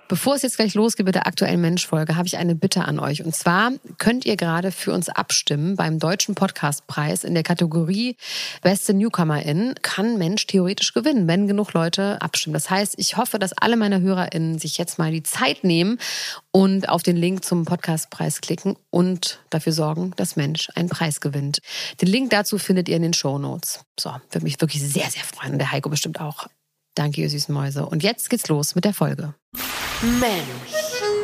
Bevor es jetzt gleich losgeht mit der aktuellen Mensch-Folge, habe ich eine Bitte an euch. Und zwar könnt ihr gerade für uns abstimmen beim Deutschen Podcastpreis in der Kategorie Beste Newcomerin. Kann Mensch theoretisch gewinnen, wenn genug Leute abstimmen. Das heißt, ich hoffe, dass alle meine HörerInnen sich jetzt mal die Zeit nehmen und auf den Link zum Podcastpreis klicken und dafür sorgen, dass Mensch einen Preis gewinnt. Den Link dazu findet ihr in den Shownotes. So, würde mich wirklich sehr, sehr freuen. Und der Heiko bestimmt auch. Danke, ihr süßen Mäuse. Und jetzt geht's los mit der Folge. Mensch.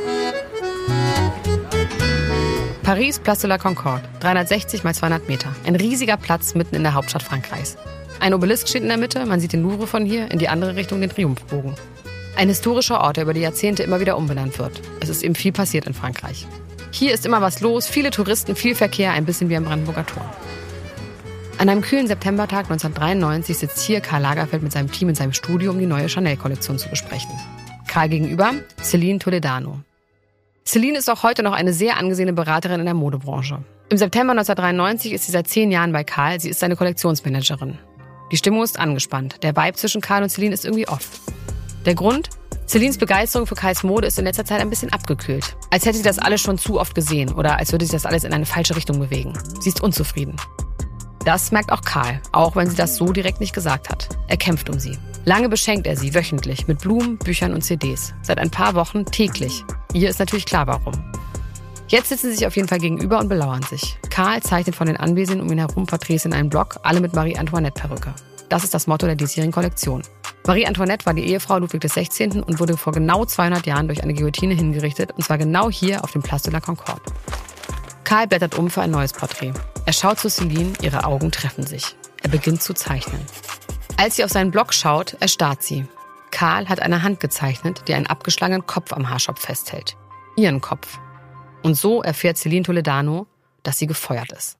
Paris, Place de la Concorde, 360 mal 200 Meter. Ein riesiger Platz mitten in der Hauptstadt Frankreichs. Ein Obelisk steht in der Mitte, man sieht den Louvre von hier, in die andere Richtung den Triumphbogen. Ein historischer Ort, der über die Jahrzehnte immer wieder umbenannt wird. Es ist eben viel passiert in Frankreich. Hier ist immer was los, viele Touristen, viel Verkehr, ein bisschen wie am Brandenburger Tor. An einem kühlen Septembertag 1993 sitzt hier Karl Lagerfeld mit seinem Team in seinem Studio, um die neue Chanel-Kollektion zu besprechen. Karl gegenüber Celine Toledano. Celine ist auch heute noch eine sehr angesehene Beraterin in der Modebranche. Im September 1993 ist sie seit 10 Jahren bei Karl, sie ist seine Kollektionsmanagerin. Die Stimmung ist angespannt, der Vibe zwischen Karl und Celine ist irgendwie off. Der Grund? Celines Begeisterung für Karls Mode ist in letzter Zeit ein bisschen abgekühlt. Als hätte sie das alles schon zu oft gesehen oder als würde sich das alles in eine falsche Richtung bewegen. Sie ist unzufrieden. Das merkt auch Karl, auch wenn sie das so direkt nicht gesagt hat. Er kämpft um sie. Lange beschenkt er sie wöchentlich mit Blumen, Büchern und CDs. Seit ein paar Wochen täglich. Ihr ist natürlich klar, warum. Jetzt sitzen sie sich auf jeden Fall gegenüber und belauern sich. Karl zeichnet von den Anwesenden um ihn herum Porträts in einen Block, alle mit Marie-Antoinette-Perücke. Das ist das Motto der diesjährigen Kollektion. Marie-Antoinette war die Ehefrau Ludwig XVI. Und wurde vor genau 200 Jahren durch eine Guillotine hingerichtet, und zwar genau hier auf dem Place de la Concorde. Karl blättert um für ein neues Porträt. Er schaut zu Celine, ihre Augen treffen sich. Er beginnt zu zeichnen. Als sie auf seinen Block schaut, erstarrt sie. Karl hat eine Hand gezeichnet, die einen abgeschlagenen Kopf am Haarschopf festhält. Ihren Kopf. Und so erfährt Celine Toledano, dass sie gefeuert ist.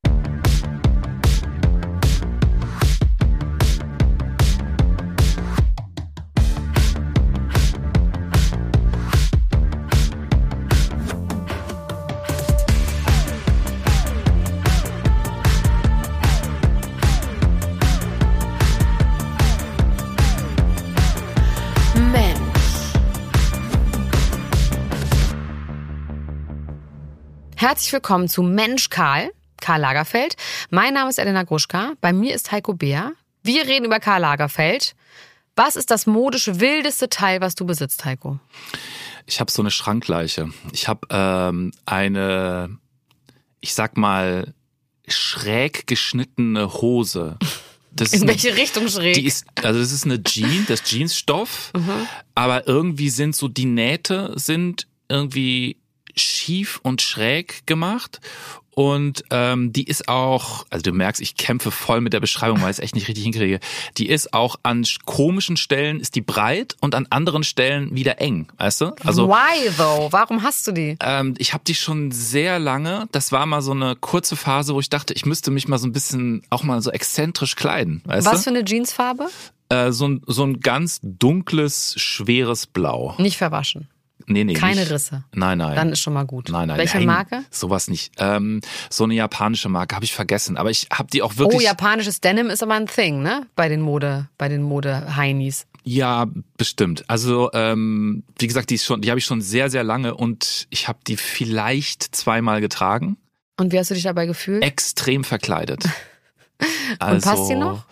Herzlich willkommen zu Mensch Karl Lagerfeld. Mein Name ist Elena Gruschka, bei mir ist Heiko Beer. Wir reden über Karl Lagerfeld. Was ist das modisch wildeste Teil, was du besitzt, Heiko? Ich habe so eine Schrankleiche. Ich habe eine, ich sag mal, schräg geschnittene Hose. In welche Richtung schräg? Das ist eine Jeans, das Jeansstoff, aber irgendwie sind so die Nähte sind irgendwie schief und schräg gemacht und die ist auch, also du merkst, ich kämpfe voll mit der Beschreibung, weil ich es echt nicht richtig hinkriege. Die ist auch an komischen Stellen ist die breit und an anderen Stellen wieder eng, weißt du? Also why though? Warum hast du die? Ich habe die schon sehr lange. Das war mal so eine kurze Phase, wo ich dachte, ich müsste mich mal so ein bisschen auch mal so exzentrisch kleiden, weißt du? Was für eine Jeansfarbe? So ein ganz dunkles, schweres Blau. Nicht verwaschen. Nee, keine nicht. Risse. Nein. Dann ist schon mal gut. Nein. Welche Marke? Sowas nicht. So eine japanische Marke, habe ich vergessen. Aber ich habe die auch wirklich. Oh, japanisches Denim ist aber ein Thing, ne? Bei den Mode-Heinis. Ja, bestimmt. Also wie gesagt, die habe ich schon sehr, sehr lange und ich habe die vielleicht 2-mal getragen. Und wie hast du dich dabei gefühlt? Extrem verkleidet. Und passt die noch?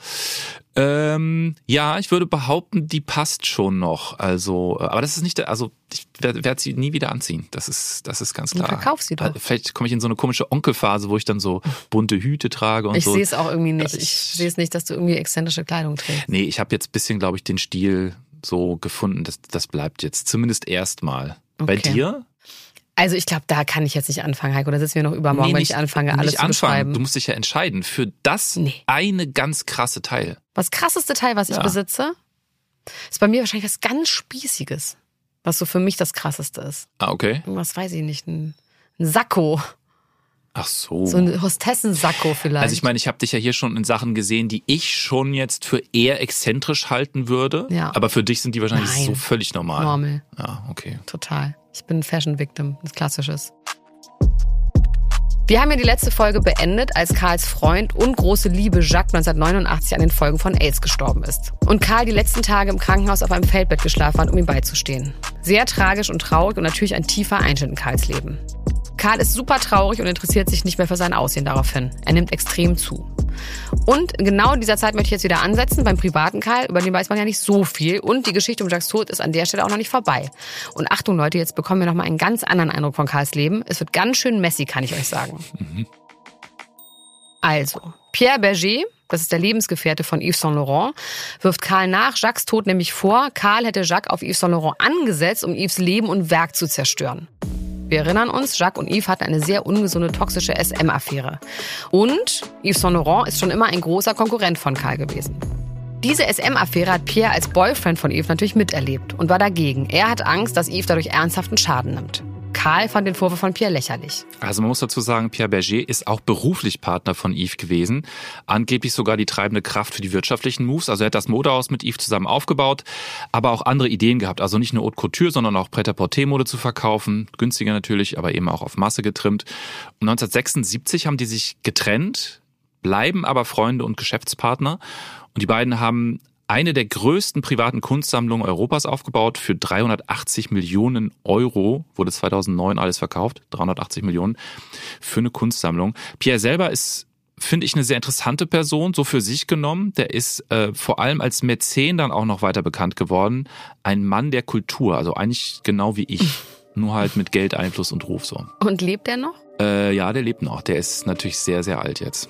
Ja, ich würde behaupten, die passt schon noch. Also, aber das ist nicht, ich werde sie nie wieder anziehen. Das ist ganz klar. Verkauf sie doch. Vielleicht komme ich in so eine komische Onkelphase, wo ich dann so bunte Hüte trage und so. Ich sehe es auch irgendwie nicht. Ich sehe es nicht, dass du irgendwie exzentrische Kleidung trägst. Nee, ich habe jetzt ein bisschen, glaube ich, den Stil so gefunden. Das bleibt jetzt zumindest erstmal. Okay. Bei dir? Also ich glaube, da kann ich jetzt nicht anfangen, Heiko. Da sitzen wir noch übermorgen, wenn ich anfange, alles zu beschreiben. Du musst dich ja entscheiden für das eine ganz krasse Teil. Das krasseste Teil, was ich besitze, ist bei mir wahrscheinlich was ganz Spießiges. Was so für mich das Krasseste ist. Ah, okay. Irgendwas weiß ich nicht. Ein Sakko. Ach so. So ein Hostessensakko vielleicht. Also ich meine, ich habe dich ja hier schon in Sachen gesehen, die ich schon jetzt für eher exzentrisch halten würde. Ja. Aber für dich sind die wahrscheinlich so völlig normal. Normal. Ja, okay. Total. Ich bin ein Fashion-Victim, das Klassisches. Wir haben ja die letzte Folge beendet, als Karls Freund und große Liebe Jacques 1989 an den Folgen von AIDS gestorben ist. Und Karl die letzten Tage im Krankenhaus auf einem Feldbett geschlafen hat, um ihm beizustehen. Sehr tragisch und traurig und natürlich ein tiefer Einschnitt in Karls Leben. Karl ist super traurig und interessiert sich nicht mehr für sein Aussehen daraufhin. Er nimmt extrem zu. Und genau in dieser Zeit möchte ich jetzt wieder ansetzen, beim privaten Karl, über den weiß man ja nicht so viel. Und die Geschichte um Jacques Tod ist an der Stelle auch noch nicht vorbei. Und Achtung Leute, jetzt bekommen wir nochmal einen ganz anderen Eindruck von Karls Leben. Es wird ganz schön messy, kann ich euch sagen. Also, Pierre Berger, das ist der Lebensgefährte von Yves Saint Laurent, wirft Karl nach Jacques Tod nämlich vor, Karl hätte Jacques auf Yves Saint Laurent angesetzt, um Yves Leben und Werk zu zerstören. Wir erinnern uns, Jacques und Yves hatten eine sehr ungesunde, toxische SM-Affäre. Und Yves Saint Laurent ist schon immer ein großer Konkurrent von Karl gewesen. Diese SM-Affäre hat Pierre als Boyfriend von Yves natürlich miterlebt und war dagegen. Er hat Angst, dass Yves dadurch ernsthaften Schaden nimmt. Karl fand den Vorwurf von Pierre lächerlich. Also man muss dazu sagen, Pierre Berger ist auch beruflich Partner von Yves gewesen. Angeblich sogar die treibende Kraft für die wirtschaftlichen Moves. Also er hat das Modehaus mit Yves zusammen aufgebaut, aber auch andere Ideen gehabt. Also nicht nur Haute Couture, sondern auch Prêt-à-porter-Mode zu verkaufen. Günstiger natürlich, aber eben auch auf Masse getrimmt. Und 1976 haben die sich getrennt, bleiben aber Freunde und Geschäftspartner. Und die beiden haben eine der größten privaten Kunstsammlungen Europas aufgebaut. Für 380 Millionen Euro wurde 2009 alles verkauft. 380 Millionen für eine Kunstsammlung. Pierre selber ist, finde ich, eine sehr interessante Person, so für sich genommen. Der ist vor allem als Mäzen dann auch noch weiter bekannt geworden. Ein Mann der Kultur, also eigentlich genau wie ich. Nur halt mit Geld, Einfluss und Ruf so. Und lebt der noch? Ja, der lebt noch. Der ist natürlich sehr, sehr alt jetzt.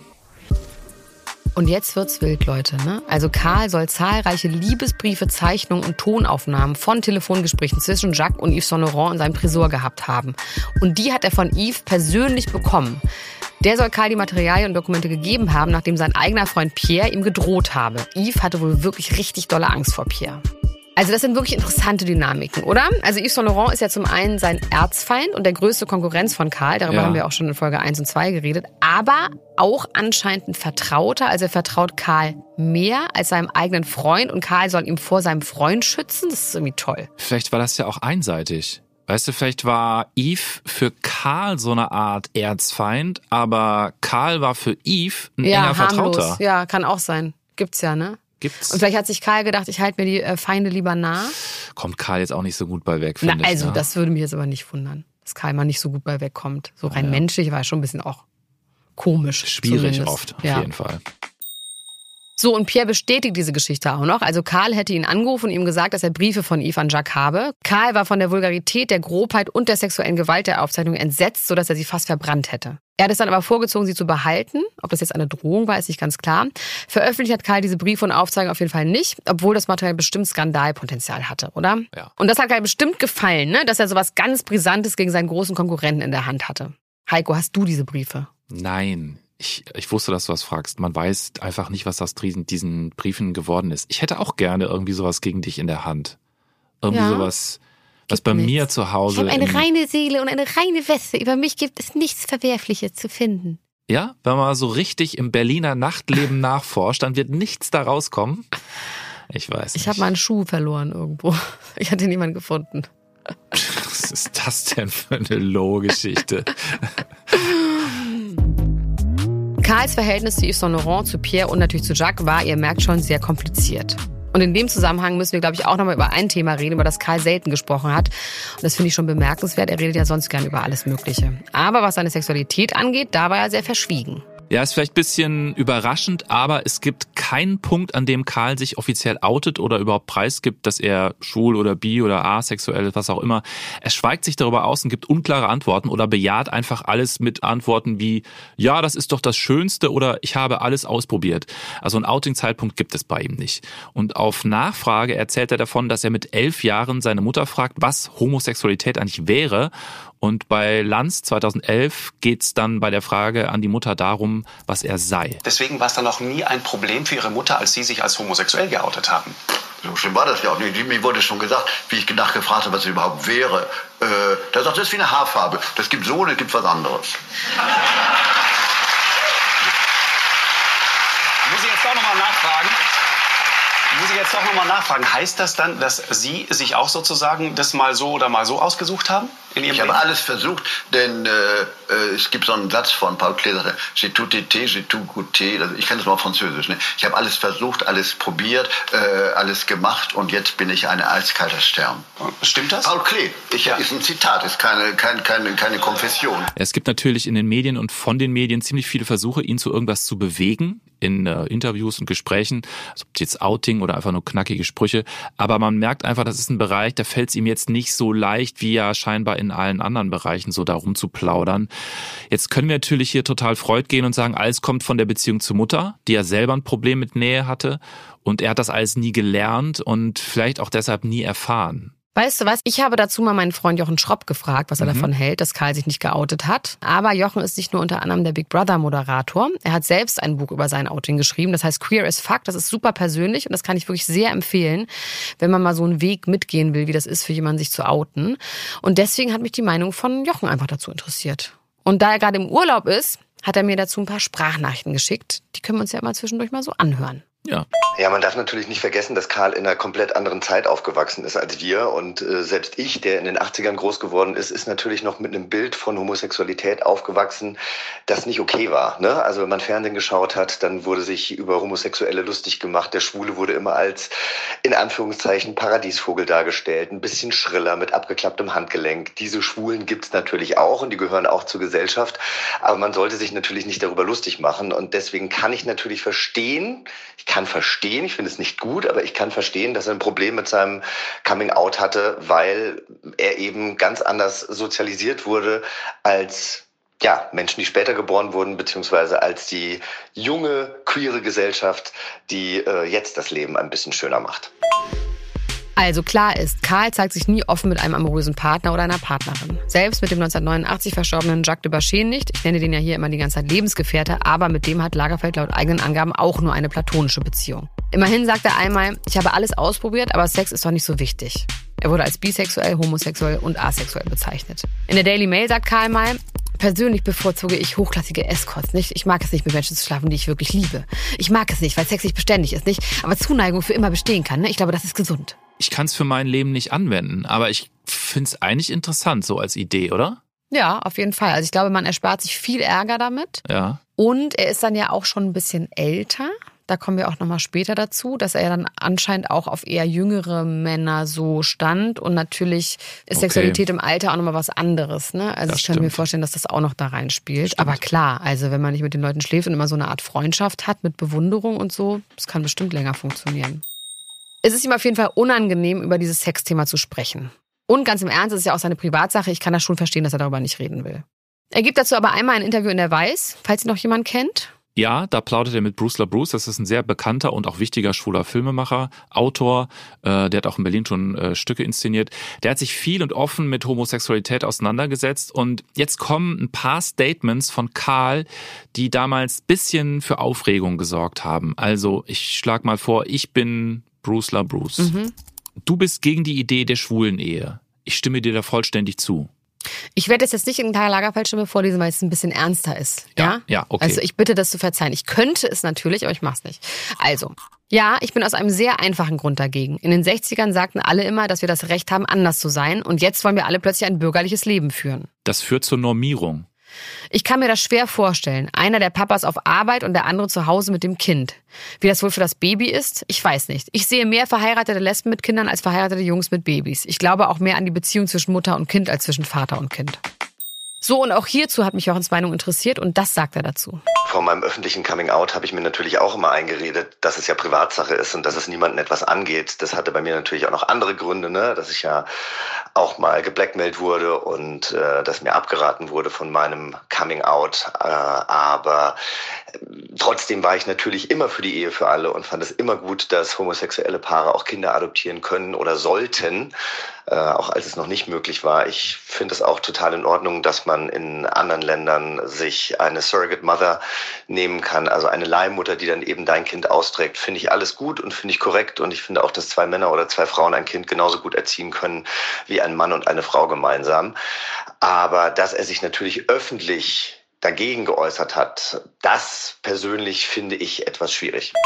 Und jetzt wird's wild, Leute, ne? Also Karl soll zahlreiche Liebesbriefe, Zeichnungen und Tonaufnahmen von Telefongesprächen zwischen Jacques und Yves Saint Laurent in seinem Tresor gehabt haben. Und die hat er von Yves persönlich bekommen. Der soll Karl die Materialien und Dokumente gegeben haben, nachdem sein eigener Freund Pierre ihm gedroht habe. Yves hatte wohl wirklich richtig dolle Angst vor Pierre. Also das sind wirklich interessante Dynamiken, oder? Also Yves Saint Laurent ist ja zum einen sein Erzfeind und der größte Konkurrenz von Karl. Darüber haben wir auch schon in Folge 1 und 2 geredet. Aber auch anscheinend ein Vertrauter. Also er vertraut Karl mehr als seinem eigenen Freund. Und Karl soll ihn vor seinem Freund schützen. Das ist irgendwie toll. Vielleicht war das ja auch einseitig. Weißt du, vielleicht war Yves für Karl so eine Art Erzfeind. Aber Karl war für Yves ein enger Vertrauter. Ja, kann auch sein. Gibt's ja, ne? Gibt's. Und vielleicht hat sich Karl gedacht, ich halte mir die Feinde lieber nah. Kommt Karl jetzt auch nicht so gut bei weg, finde ich. Also das würde mich jetzt aber nicht wundern, dass Karl mal nicht so gut bei wegkommt. So rein menschlich war er schon ein bisschen auch komisch. Schwierig zumindest. oft, auf jeden Fall. So, und Pierre bestätigt diese Geschichte auch noch. Also Karl hätte ihn angerufen und ihm gesagt, dass er Briefe von Yves an Jacques habe. Karl war von der Vulgarität, der Grobheit und der sexuellen Gewalt der Aufzeichnung entsetzt, sodass er sie fast verbrannt hätte. Er hat es dann aber vorgezogen, sie zu behalten. Ob das jetzt eine Drohung war, ist nicht ganz klar. Veröffentlicht hat Karl diese Briefe und Aufzeichnungen auf jeden Fall nicht, obwohl das Material bestimmt Skandalpotenzial hatte, oder? Ja. Und das hat Karl bestimmt gefallen, ne? Dass er sowas ganz Brisantes gegen seinen großen Konkurrenten in der Hand hatte. Heiko, hast du diese Briefe? Nein. Ich wusste, dass du was fragst. Man weiß einfach nicht, was aus diesen Briefen geworden ist. Ich hätte auch gerne irgendwie sowas gegen dich in der Hand. Irgendwie sowas, was bei mir zu Hause... Ich habe eine reine Seele und eine reine Weste. Über mich gibt es nichts Verwerfliches zu finden. Ja, wenn man so richtig im Berliner Nachtleben nachforscht, dann wird nichts da rauskommen. Ich weiß nicht. Ich habe mal einen Schuh verloren irgendwo. Ich hatte niemanden gefunden. Was ist das denn für eine Low-Geschichte? Karls Verhältnis zu Yves Saint Laurent, zu Pierre und natürlich zu Jacques war, ihr merkt schon, sehr kompliziert. Und in dem Zusammenhang müssen wir, glaube ich, auch nochmal über ein Thema reden, über das Karl selten gesprochen hat. Und das finde ich schon bemerkenswert. Er redet ja sonst gern über alles Mögliche. Aber was seine Sexualität angeht, da war er sehr verschwiegen. Ja, ist vielleicht ein bisschen überraschend, aber es gibt keinen Punkt, an dem Karl sich offiziell outet oder überhaupt preisgibt, dass er schwul oder bi oder asexuell ist, was auch immer. Er schweigt sich darüber aus und gibt unklare Antworten oder bejaht einfach alles mit Antworten wie, ja, das ist doch das Schönste oder ich habe alles ausprobiert. Also einen Outing-Zeitpunkt gibt es bei ihm nicht. Und auf Nachfrage erzählt er davon, dass er mit 11 Jahren seine Mutter fragt, was Homosexualität eigentlich wäre. Und bei Lanz 2011 geht's dann bei der Frage an die Mutter darum, was er sei. Deswegen war es dann noch nie ein Problem für Ihre Mutter, als Sie sich als homosexuell geoutet haben. So schlimm war das ja auch nicht. Mir wurde schon gesagt, wie ich nachgefragt habe, was es überhaupt wäre. Da sagt, das ist wie eine Haarfarbe. Das gibt so und es gibt was anderes. Muss ich jetzt doch nochmal nachfragen? Muss ich jetzt doch nochmal nachfragen. Heißt das dann, dass Sie sich auch sozusagen das mal so oder mal so ausgesucht haben? Ich habe alles versucht, denn es gibt so einen Satz von Paul Klee, j'ai tout été, j'ai tout goûté. Also ich kann das mal auf Französisch. Ne? Ich habe alles versucht, alles probiert, alles gemacht und jetzt bin ich ein eiskalter Stern. Stimmt das? Paul Klee, ist ein Zitat, ist keine Konfession. Es gibt natürlich in den Medien und von den Medien ziemlich viele Versuche, ihn zu irgendwas zu bewegen, in Interviews und Gesprächen, also jetzt Outing oder einfach nur knackige Sprüche. Aber man merkt einfach, das ist ein Bereich, da fällt es ihm jetzt nicht so leicht, wie ja scheinbar in allen anderen Bereichen so darum zu plaudern. Jetzt können wir natürlich hier total Freud gehen und sagen, alles kommt von der Beziehung zur Mutter, die ja selber ein Problem mit Nähe hatte. Und er hat das alles nie gelernt und vielleicht auch deshalb nie erfahren. Weißt du was? Ich habe dazu mal meinen Freund Jochen Schropp gefragt, was er davon hält, dass Karl sich nicht geoutet hat. Aber Jochen ist nicht nur unter anderem der Big Brother Moderator. Er hat selbst ein Buch über sein Outing geschrieben. Das heißt Queer as Fuck. Das ist super persönlich und das kann ich wirklich sehr empfehlen, wenn man mal so einen Weg mitgehen will, wie das ist für jemanden, sich zu outen. Und deswegen hat mich die Meinung von Jochen einfach dazu interessiert. Und da er gerade im Urlaub ist, hat er mir dazu ein paar Sprachnachrichten geschickt. Die können wir uns ja immer zwischendurch mal so anhören. Ja, man darf natürlich nicht vergessen, dass Karl in einer komplett anderen Zeit aufgewachsen ist als wir. Und selbst ich, der in den 80ern groß geworden ist natürlich noch mit einem Bild von Homosexualität aufgewachsen, das nicht okay war. Ne? Also wenn man Fernsehen geschaut hat, dann wurde sich über Homosexuelle lustig gemacht. Der Schwule wurde immer als, in Anführungszeichen, Paradiesvogel dargestellt. Ein bisschen schriller, mit abgeklapptem Handgelenk. Diese Schwulen gibt's natürlich auch und die gehören auch zur Gesellschaft. Aber man sollte sich natürlich nicht darüber lustig machen. Und deswegen kann ich natürlich verstehen, ich finde es nicht gut, aber ich kann verstehen, dass er ein Problem mit seinem Coming-out hatte, weil er eben ganz anders sozialisiert wurde als Menschen, die später geboren wurden, beziehungsweise als die junge, queere Gesellschaft, die jetzt das Leben ein bisschen schöner macht. Also klar ist, Karl zeigt sich nie offen mit einem amorösen Partner oder einer Partnerin. Selbst mit dem 1989 verstorbenen Jacques de Bachet nicht. Ich nenne den ja hier immer die ganze Zeit Lebensgefährte, aber mit dem hat Lagerfeld laut eigenen Angaben auch nur eine platonische Beziehung. Immerhin sagt er einmal, ich habe alles ausprobiert, aber Sex ist doch nicht so wichtig. Er wurde als bisexuell, homosexuell und asexuell bezeichnet. In der Daily Mail sagt Karl mal, persönlich bevorzuge ich hochklassige Escorts, nicht? Ich mag es nicht, mit Menschen zu schlafen, die ich wirklich liebe. Ich mag es nicht, weil Sex nicht beständig ist, nicht? Aber Zuneigung für immer bestehen kann, ne? Ich glaube, das ist gesund. Ich kann es für mein Leben nicht anwenden, aber ich finde es eigentlich interessant, so als Idee, oder? Ja, auf jeden Fall. Also ich glaube, man erspart sich viel Ärger damit. Ja. Und er ist dann ja auch schon ein bisschen älter. Da kommen wir auch nochmal später dazu, dass er dann anscheinend auch auf eher jüngere Männer so stand. Und natürlich ist Sexualität im Alter auch nochmal was anderes. Ne? Also ich könnte mir vorstellen, dass das auch noch da reinspielt. Aber klar, also wenn man nicht mit den Leuten schläft und immer so eine Art Freundschaft hat mit Bewunderung und so, das kann bestimmt länger funktionieren. Es ist ihm auf jeden Fall unangenehm, über dieses Sexthema zu sprechen. Und ganz im Ernst, es ist ja auch seine Privatsache. Ich kann das schon verstehen, dass er darüber nicht reden will. Er gibt dazu aber einmal ein Interview in der Weiß, falls ihn noch jemand kennt. Ja, da plaudert er mit Bruce LaBruce. Das ist ein sehr bekannter und auch wichtiger schwuler Filmemacher, Autor. Der hat auch in Berlin schon Stücke inszeniert. Der hat sich viel und offen mit Homosexualität auseinandergesetzt. Und jetzt kommen ein paar Statements von Karl, die damals ein bisschen für Aufregung gesorgt haben. Also ich schlag mal vor, ich bin Bruce LaBruce. Du bist gegen die Idee der schwulen Ehe. Ich stimme dir da vollständig zu. Ich werde das jetzt nicht in Karl Lagerfeld-Stimme vorlesen, weil es ein bisschen ernster ist. Ja, okay. Also ich bitte das zu verzeihen. Ich könnte es natürlich, aber ich mach's nicht. Also, ja, ich bin aus einem sehr einfachen Grund dagegen. In den 60ern sagten alle immer, dass wir das Recht haben, anders zu sein. Und jetzt wollen wir alle plötzlich ein bürgerliches Leben führen. Das führt zur Normierung. Ich kann mir das schwer vorstellen. Einer der Papas auf Arbeit und der andere zu Hause mit dem Kind. Wie das wohl für das Baby ist? Ich weiß nicht. Ich sehe mehr verheiratete Lesben mit Kindern als verheiratete Jungs mit Babys. Ich glaube auch mehr an die Beziehung zwischen Mutter und Kind als zwischen Vater und Kind. So, und auch hierzu hat mich Jochens Meinung interessiert und das sagt er dazu. Vor meinem öffentlichen Coming-out habe ich mir natürlich auch immer eingeredet, dass es ja Privatsache ist und dass es niemanden etwas angeht. Das hatte bei mir natürlich auch noch andere Gründe, ne? Dass ich ja auch mal geblackmailt wurde und dass mir abgeraten wurde von meinem Coming-out. Aber trotzdem war ich natürlich immer für die Ehe für alle und fand es immer gut, dass homosexuelle Paare auch Kinder adoptieren können oder sollten. Auch als es noch nicht möglich war. Ich finde es auch total in Ordnung, dass man in anderen Ländern sich eine Surrogate Mother nehmen kann, also eine Leihmutter, die dann eben dein Kind austrägt. Finde ich alles gut und finde ich korrekt und ich finde auch, dass 2 Männer oder 2 Frauen ein Kind genauso gut erziehen können wie ein Mann und eine Frau gemeinsam. Aber dass er sich natürlich öffentlich dagegen geäußert hat, das persönlich finde ich etwas schwierig.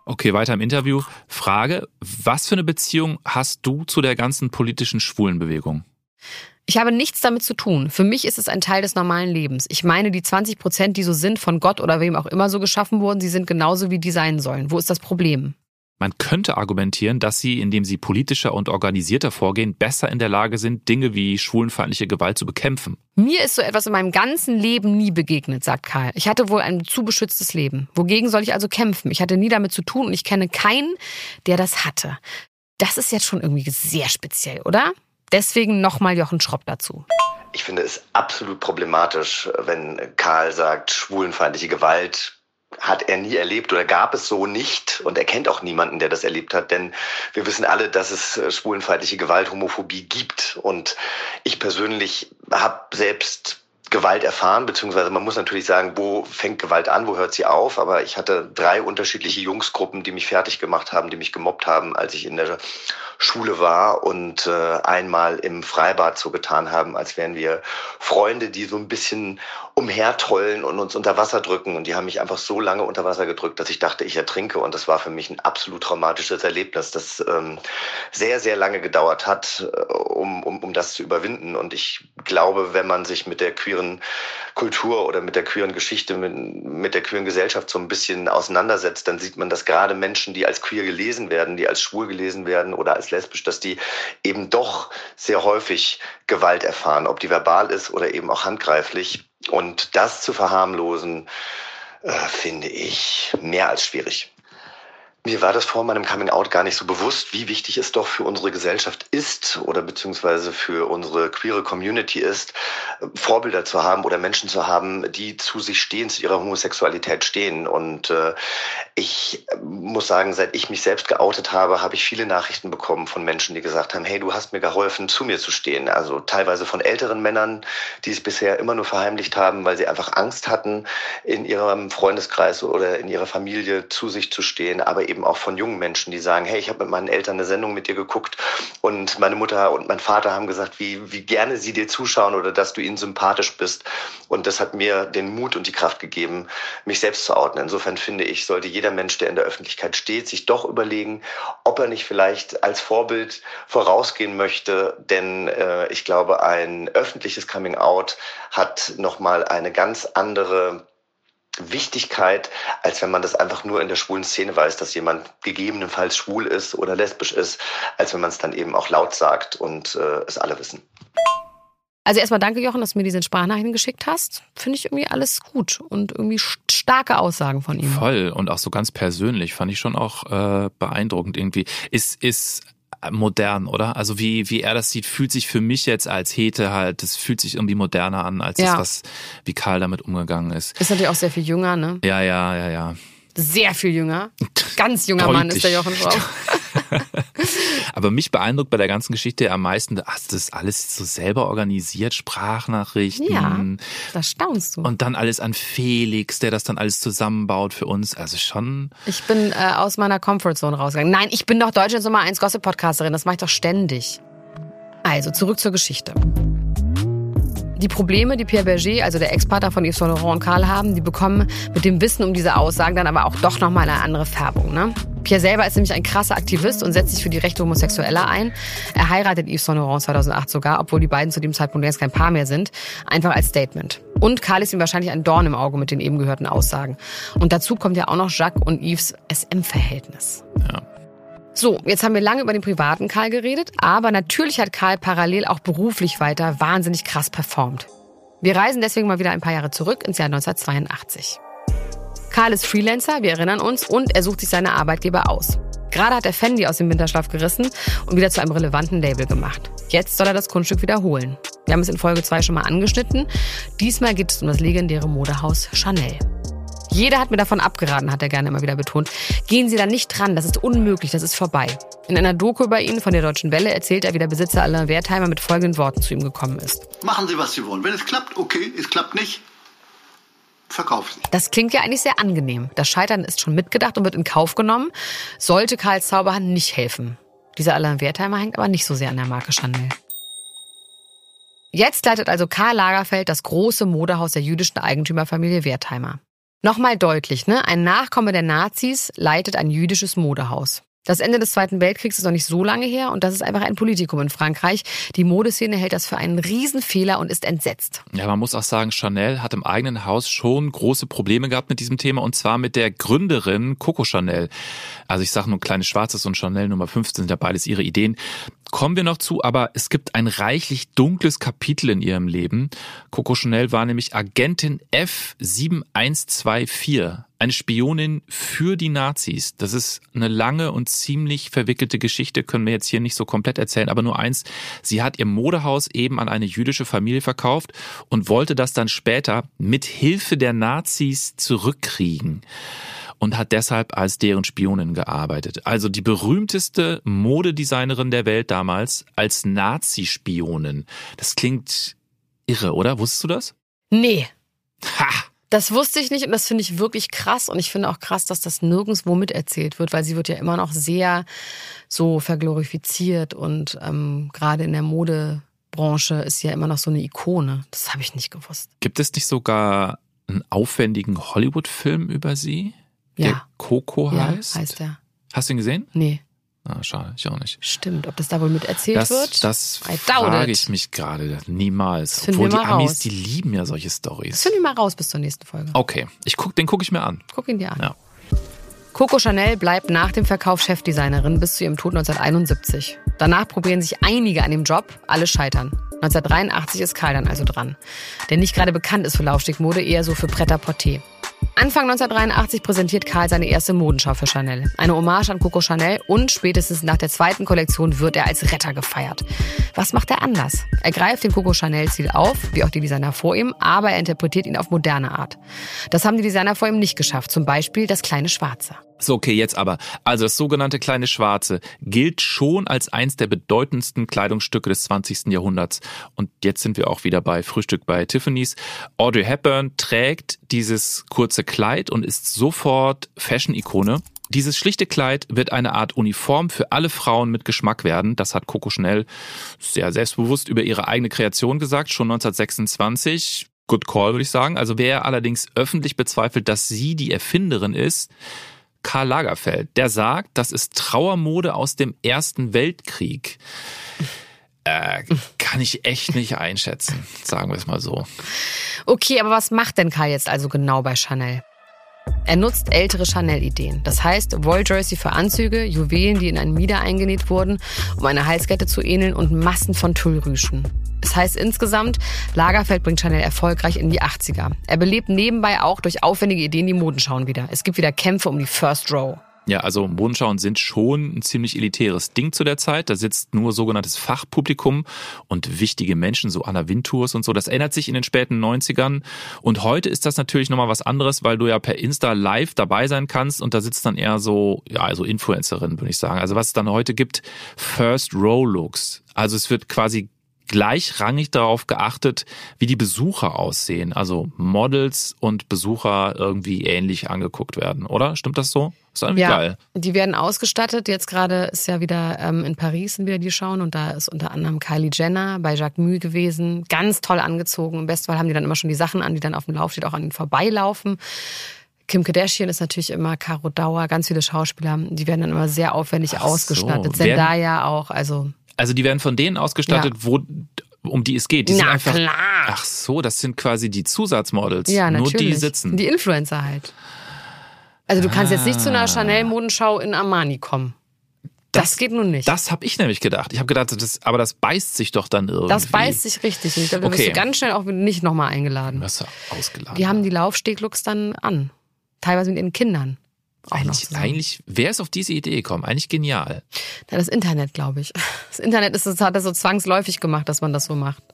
Okay, weiter im Interview. Frage, was für eine Beziehung hast du zu der ganzen politischen Schwulenbewegung? Ich habe nichts damit zu tun. Für mich ist es ein Teil des normalen Lebens. Ich meine, die 20%, die so sind, von Gott oder wem auch immer so geschaffen wurden, sie sind genauso, wie die sein sollen. Wo ist das Problem? Man könnte argumentieren, dass sie, indem sie politischer und organisierter vorgehen, besser in der Lage sind, Dinge wie schwulenfeindliche Gewalt zu bekämpfen. Mir ist so etwas in meinem ganzen Leben nie begegnet, sagt Karl. Ich hatte wohl ein zu beschütztes Leben. Wogegen soll ich also kämpfen? Ich hatte nie damit zu tun und ich kenne keinen, der das hatte. Das ist jetzt schon irgendwie sehr speziell, oder? Deswegen nochmal Jochen Schropp dazu. Ich finde es absolut problematisch, wenn Karl sagt, schwulenfeindliche Gewalt hat er nie erlebt oder gab es so nicht und er kennt auch niemanden, der das erlebt hat, denn wir wissen alle, dass es schwulenfeindliche Gewalt, Homophobie gibt und ich persönlich habe selbst Gewalt erfahren, beziehungsweise man muss natürlich sagen, wo fängt Gewalt an, wo hört sie auf, aber ich hatte 3 unterschiedliche Jungsgruppen, die mich fertig gemacht haben, die mich gemobbt haben, als ich in der Schule war und einmal im Freibad so getan haben, als wären wir Freunde, die so ein bisschen umhertollen und uns unter Wasser drücken und die haben mich einfach so lange unter Wasser gedrückt, dass ich dachte, ich ertrinke und das war für mich ein absolut traumatisches Erlebnis, das sehr, sehr lange gedauert hat, um das zu überwinden und ich glaube, wenn man sich mit der queeren Kultur oder mit der queeren Geschichte, mit der queeren Gesellschaft so ein bisschen auseinandersetzt, dann sieht man, dass gerade Menschen, die als queer gelesen werden, die als schwul gelesen werden oder als lesbisch, dass die eben doch sehr häufig Gewalt erfahren, ob die verbal ist oder eben auch handgreiflich. Und das zu verharmlosen, finde ich mehr als schwierig. Mir war das vor meinem Coming-out gar nicht so bewusst, wie wichtig es doch für unsere Gesellschaft ist oder beziehungsweise für unsere queere Community ist, Vorbilder zu haben oder Menschen zu haben, die zu sich stehen, zu ihrer Homosexualität stehen. Und ich muss sagen, seit ich mich selbst geoutet habe, habe ich viele Nachrichten bekommen von Menschen, die gesagt haben, hey, du hast mir geholfen, zu mir zu stehen. Also teilweise von älteren Männern, die es bisher immer nur verheimlicht haben, weil sie einfach Angst hatten, in ihrem Freundeskreis oder in ihrer Familie zu sich zu stehen, aber eben auch von jungen Menschen, die sagen, hey, ich habe mit meinen Eltern eine Sendung mit dir geguckt und meine Mutter und mein Vater haben gesagt, wie gerne sie dir zuschauen oder dass du ihnen sympathisch bist. Und das hat mir den Mut und die Kraft gegeben, mich selbst zu outen. Insofern finde ich, sollte jeder Mensch, der in der Öffentlichkeit steht, sich doch überlegen, ob er nicht vielleicht als Vorbild vorausgehen möchte. Denn ich glaube, ein öffentliches Coming-out hat nochmal eine ganz andere Wichtigkeit, als wenn man das einfach nur in der schwulen Szene weiß, dass jemand gegebenenfalls schwul ist oder lesbisch ist, als wenn man es dann eben auch laut sagt und es alle wissen. Also erstmal danke, Jochen, dass du mir diese Sprachnachrichten geschickt hast. Finde ich irgendwie alles gut und irgendwie starke Aussagen von ihm. Voll und auch so ganz persönlich, fand ich schon auch beeindruckend irgendwie. Ist modern, oder? Also wie er das sieht, fühlt sich für mich jetzt als Hete halt, das fühlt sich irgendwie moderner an, als das, wie Karl damit umgegangen ist. Ist natürlich auch sehr viel jünger, ne? Ja. Sehr viel jünger. Ganz junger Mann ist der Jochen Schropp. Aber mich beeindruckt bei der ganzen Geschichte am meisten, das ist alles so selber organisiert, Sprachnachrichten. Ja, da staunst du. Und dann alles an Felix, der das dann alles zusammenbaut für uns. Also schon. Ich bin aus meiner Comfortzone rausgegangen. Nein, ich bin doch Deutschlands Nummer 1 Gossip-Podcasterin. Das mache ich doch ständig. Also, zurück zur Geschichte. Die Probleme, die Pierre Berger, also der Ex-Partner von Yves Saint Laurent und Karl haben, die bekommen mit dem Wissen um diese Aussagen dann aber auch doch nochmal eine andere Färbung, ne? Pierre selber ist nämlich ein krasser Aktivist und setzt sich für die Rechte Homosexueller ein. Er heiratet Yves Saint Laurent 2008 sogar, obwohl die beiden zu dem Zeitpunkt längst kein Paar mehr sind. Einfach als Statement. Und Karl ist ihm wahrscheinlich ein Dorn im Auge mit den eben gehörten Aussagen. Und dazu kommt ja auch noch Jacques und Yves SM-Verhältnis. Ja. So, jetzt haben wir lange über den privaten Karl geredet, aber natürlich hat Karl parallel auch beruflich weiter wahnsinnig krass performt. Wir reisen deswegen mal wieder ein paar Jahre zurück ins Jahr 1982. Karl ist Freelancer, wir erinnern uns, und er sucht sich seine Arbeitgeber aus. Gerade hat er Fendi aus dem Winterschlaf gerissen und wieder zu einem relevanten Label gemacht. Jetzt soll er das Kunststück wiederholen. Wir haben es in Folge 2 schon mal angeschnitten. Diesmal geht es um das legendäre Modehaus Chanel. Jeder hat mir davon abgeraten, hat er gerne immer wieder betont. Gehen Sie da nicht dran, das ist unmöglich, das ist vorbei. In einer Doku über ihn von der Deutschen Welle erzählt er, wie der Besitzer Alain Wertheimer mit folgenden Worten zu ihm gekommen ist. Machen Sie, was Sie wollen. Wenn es klappt, okay. Es klappt nicht, verkaufen Sie. Das klingt ja eigentlich sehr angenehm. Das Scheitern ist schon mitgedacht und wird in Kauf genommen. Sollte Karls Zauberhand nicht helfen. Dieser Alain Wertheimer hängt aber nicht so sehr an der Marke Chanel. Jetzt leitet also Karl Lagerfeld das große Modehaus der jüdischen Eigentümerfamilie Wertheimer. Nochmal deutlich, ne? Ein Nachkomme der Nazis leitet ein jüdisches Modehaus. Das Ende des Zweiten Weltkriegs ist noch nicht so lange her und das ist einfach ein Politikum in Frankreich. Die Modeszene hält das für einen Riesenfehler und ist entsetzt. Ja, man muss auch sagen, Chanel hat im eigenen Haus schon große Probleme gehabt mit diesem Thema und zwar mit der Gründerin Coco Chanel. Also ich sage nur Kleine Schwarzes und Chanel Nummer 15 sind ja beides ihre Ideen. Kommen wir noch zu, aber es gibt ein reichlich dunkles Kapitel in ihrem Leben. Coco Chanel war nämlich Agentin F7124, eine Spionin für die Nazis. Das ist eine lange und ziemlich verwickelte Geschichte, können wir jetzt hier nicht so komplett erzählen, aber nur eins, sie hat ihr Modehaus eben an eine jüdische Familie verkauft und wollte das dann später mit Hilfe der Nazis zurückkriegen. Und hat deshalb als deren Spionin gearbeitet. Also die berühmteste Modedesignerin der Welt damals als Nazi-Spionin. Das klingt irre, oder? Wusstest du das? Nee. Ha! Das wusste ich nicht und das finde ich wirklich krass. Und ich finde auch krass, dass das nirgendwo miterzählt wird, weil sie wird ja immer noch sehr so verglorifiziert. Und gerade in der Modebranche ist sie ja immer noch so eine Ikone. Das habe ich nicht gewusst. Gibt es nicht sogar einen aufwendigen Hollywood-Film über sie? Der Coco heißt? Ja, heißt der. Hast du ihn gesehen? Nee. Ah, schade, ich auch nicht. Stimmt, ob das da wohl mit erzählt wird? Das frage ich mich gerade. Niemals. Obwohl die Amis, raus. Die lieben ja solche Storys. Das finden wir mal raus bis zur nächsten Folge. Okay, den gucke ich mir an. Guck ihn dir an. Ja. Coco Chanel bleibt nach dem Verkauf Chefdesignerin bis zu ihrem Tod 1971. Danach probieren sich einige an dem Job, alle scheitern. 1983 ist Karl dann also dran. Der nicht gerade bekannt ist für Laufstegmode, eher so für Pret-à-Porter. Anfang 1983 präsentiert Karl seine erste Modenschau für Chanel. Eine Hommage an Coco Chanel und spätestens nach der zweiten Kollektion wird er als Retter gefeiert. Was macht er anders? Er greift den Coco Chanel-Stil auf, wie auch die Designer vor ihm, aber er interpretiert ihn auf moderne Art. Das haben die Designer vor ihm nicht geschafft, zum Beispiel das Kleine Schwarze. So, okay, jetzt aber. Also das sogenannte Kleine Schwarze gilt schon als eins der bedeutendsten Kleidungsstücke des 20. Jahrhunderts. Und jetzt sind wir auch wieder bei Frühstück bei Tiffany's. Audrey Hepburn trägt dieses kurze Kleid und ist sofort Fashion-Ikone. Dieses schlichte Kleid wird eine Art Uniform für alle Frauen mit Geschmack werden. Das hat Coco Chanel sehr selbstbewusst über ihre eigene Kreation gesagt, schon 1926. Good call, würde ich sagen. Also wer allerdings öffentlich bezweifelt, dass sie die Erfinderin ist, Karl Lagerfeld, der sagt, das ist Trauermode aus dem Ersten Weltkrieg. Kann ich echt nicht einschätzen, sagen wir es mal so. Okay, aber was macht denn Karl jetzt also genau bei Chanel? Er nutzt ältere Chanel-Ideen. Das heißt, Wolljersey für Anzüge, Juwelen, die in einen Mieder eingenäht wurden, um eine Halskette zu ähneln und Massen von Tüllrüschen. Das heißt insgesamt, Lagerfeld bringt Chanel erfolgreich in die 80er. Er belebt nebenbei auch durch aufwendige Ideen die Modenschauen wieder. Es gibt wieder Kämpfe um die First Row. Ja, also Modenschauen sind schon ein ziemlich elitäres Ding zu der Zeit. Da sitzt nur sogenanntes Fachpublikum und wichtige Menschen, so Anna Wintours und so. Das ändert sich in den späten 90ern. Und heute ist das natürlich nochmal was anderes, weil du ja per Insta live dabei sein kannst und da sitzt dann eher so, ja, also Influencerin, würde ich sagen. Also was es dann heute gibt, First Row Looks. Also es wird quasi gleichrangig darauf geachtet, wie die Besucher aussehen. Also Models und Besucher irgendwie ähnlich angeguckt werden, oder? Stimmt das so? Ist irgendwie geil. Die werden ausgestattet. Jetzt gerade ist ja wieder in Paris sind wieder die Schauen und da ist unter anderem Kylie Jenner bei Jacques Mue gewesen. Ganz toll angezogen. Im Bestfall haben die dann immer schon die Sachen an, die dann auf dem Laufsteg auch an ihnen vorbeilaufen. Kim Kardashian ist natürlich immer, Caro Dauer, ganz viele Schauspieler. Die werden dann immer sehr aufwendig ausgestattet. Zendaya auch, Also die werden von denen ausgestattet, um die es geht. Die sind einfach, klar. Ach so, das sind quasi die Zusatzmodels. Ja, natürlich. Nur die sitzen. Die Influencer halt. Also du kannst jetzt nicht zu einer Chanel-Modenschau in Armani kommen. Das geht nun nicht. Das habe ich nämlich gedacht. Ich habe gedacht, aber das beißt sich doch dann irgendwie. Das beißt sich richtig. Ich glaube, da wirst du ganz schnell auch nicht nochmal eingeladen. Du wirst ja ausgeladen. Die haben die Laufsteglooks dann an. Teilweise mit ihren Kindern. Eigentlich, wer ist auf diese Idee gekommen? Eigentlich genial. Na, das Internet, glaube ich. Das Internet hat das so zwangsläufig gemacht, dass man das so macht.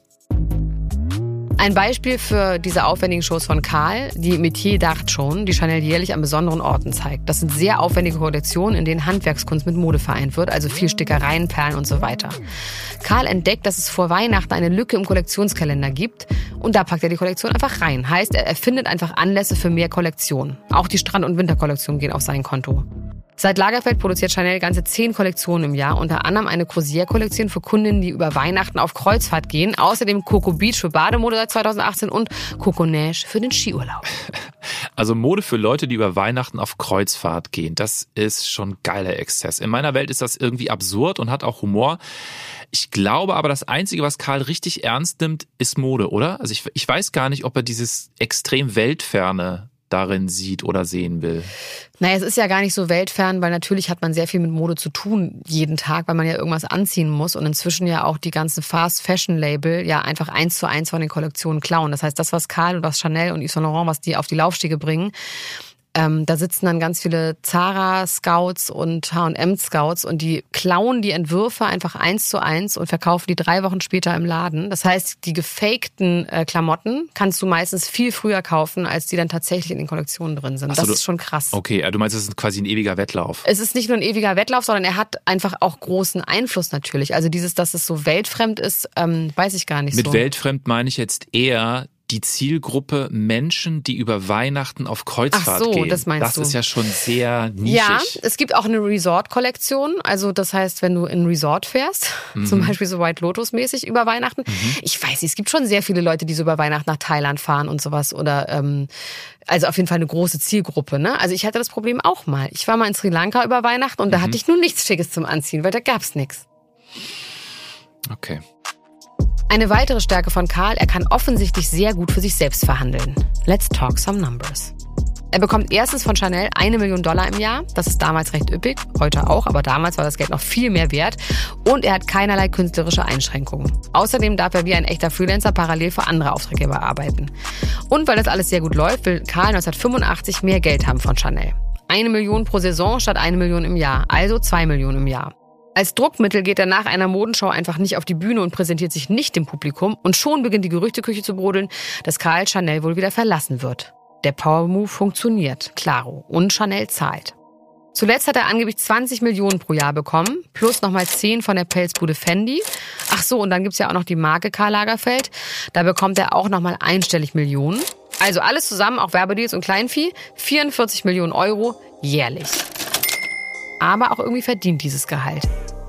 Ein Beispiel für diese aufwendigen Shows von Karl, die Métier d'Art Shows, die Chanel jährlich an besonderen Orten zeigt. Das sind sehr aufwendige Kollektionen, in denen Handwerkskunst mit Mode vereint wird, also viel Stickereien, Perlen und so weiter. Karl entdeckt, dass es vor Weihnachten eine Lücke im Kollektionskalender gibt und da packt er die Kollektion einfach rein. Heißt, er erfindet einfach Anlässe für mehr Kollektionen. Auch die Strand- und Winterkollektionen gehen auf sein Konto. Seit Lagerfeld produziert Chanel ganze 10 Kollektionen im Jahr, unter anderem eine Croisière-Kollektion für Kundinnen, die über Weihnachten auf Kreuzfahrt gehen. Außerdem Coco Beach für Bademode seit 2018 und Coco Neige für den Skiurlaub. Also Mode für Leute, die über Weihnachten auf Kreuzfahrt gehen, das ist schon geiler Exzess. In meiner Welt ist das irgendwie absurd und hat auch Humor. Ich glaube aber, das Einzige, was Karl richtig ernst nimmt, ist Mode, oder? Also ich weiß gar nicht, ob er dieses extrem Weltferne darin sieht oder sehen will. Naja, es ist ja gar nicht so weltfern, weil natürlich hat man sehr viel mit Mode zu tun jeden Tag, weil man ja irgendwas anziehen muss und inzwischen ja auch die ganzen Fast-Fashion-Label ja einfach 1:1 von den Kollektionen klauen. Das heißt, das, was Karl und was Chanel und Yves Saint Laurent, was die auf die Laufstege bringen, da sitzen dann ganz viele Zara-Scouts und H&M-Scouts und die klauen die Entwürfe einfach 1:1 und verkaufen die 3 Wochen später im Laden. Das heißt, die gefakten Klamotten kannst du meistens viel früher kaufen, als die dann tatsächlich in den Kollektionen drin sind. Das ist schon krass. Okay, du meinst, es ist quasi ein ewiger Wettlauf? Es ist nicht nur ein ewiger Wettlauf, sondern er hat einfach auch großen Einfluss natürlich. Also dass es so weltfremd ist, weiß ich gar nicht so. Mit weltfremd meine ich jetzt eher die Zielgruppe Menschen, die über Weihnachten auf Kreuzfahrt gehen. Das meinst du. Das ist ja schon sehr nischig. Ja, es gibt auch eine Resort-Kollektion. Also das heißt, wenn du in ein Resort fährst, zum Beispiel so White Lotus-mäßig über Weihnachten. Ich weiß nicht, es gibt schon sehr viele Leute, die so über Weihnachten nach Thailand fahren und sowas. Oder also auf jeden Fall eine große Zielgruppe. Ne? Also ich hatte das Problem auch mal. Ich war mal in Sri Lanka über Weihnachten und da hatte ich nur nichts Schickes zum Anziehen, weil da gab's nichts. Okay. Eine weitere Stärke von Karl, er kann offensichtlich sehr gut für sich selbst verhandeln. Let's talk some numbers. Er bekommt erstens von Chanel $1 Million im Jahr. Das ist damals recht üppig, heute auch, aber damals war das Geld noch viel mehr wert. Und er hat keinerlei künstlerische Einschränkungen. Außerdem darf er wie ein echter Freelancer parallel für andere Auftraggeber arbeiten. Und weil das alles sehr gut läuft, will Karl 1985 mehr Geld haben von Chanel. 1 Million pro Saison statt 1 Million im Jahr, also 2 Millionen im Jahr. Als Druckmittel geht er nach einer Modenschau einfach nicht auf die Bühne und präsentiert sich nicht dem Publikum. Und schon beginnt die Gerüchteküche zu brodeln, dass Karl Chanel wohl wieder verlassen wird. Der Power-Move funktioniert, klaro. Und Chanel zahlt. Zuletzt hat er angeblich 20 Millionen pro Jahr bekommen, plus nochmal 10 von der Pelzbude Fendi. Ach so, und dann gibt's ja auch noch die Marke Karl Lagerfeld. Da bekommt er auch nochmal einstellig Millionen. Also alles zusammen, auch Werbedeals und Kleinvieh, 44 Millionen Euro jährlich. Aber auch irgendwie verdient dieses Gehalt.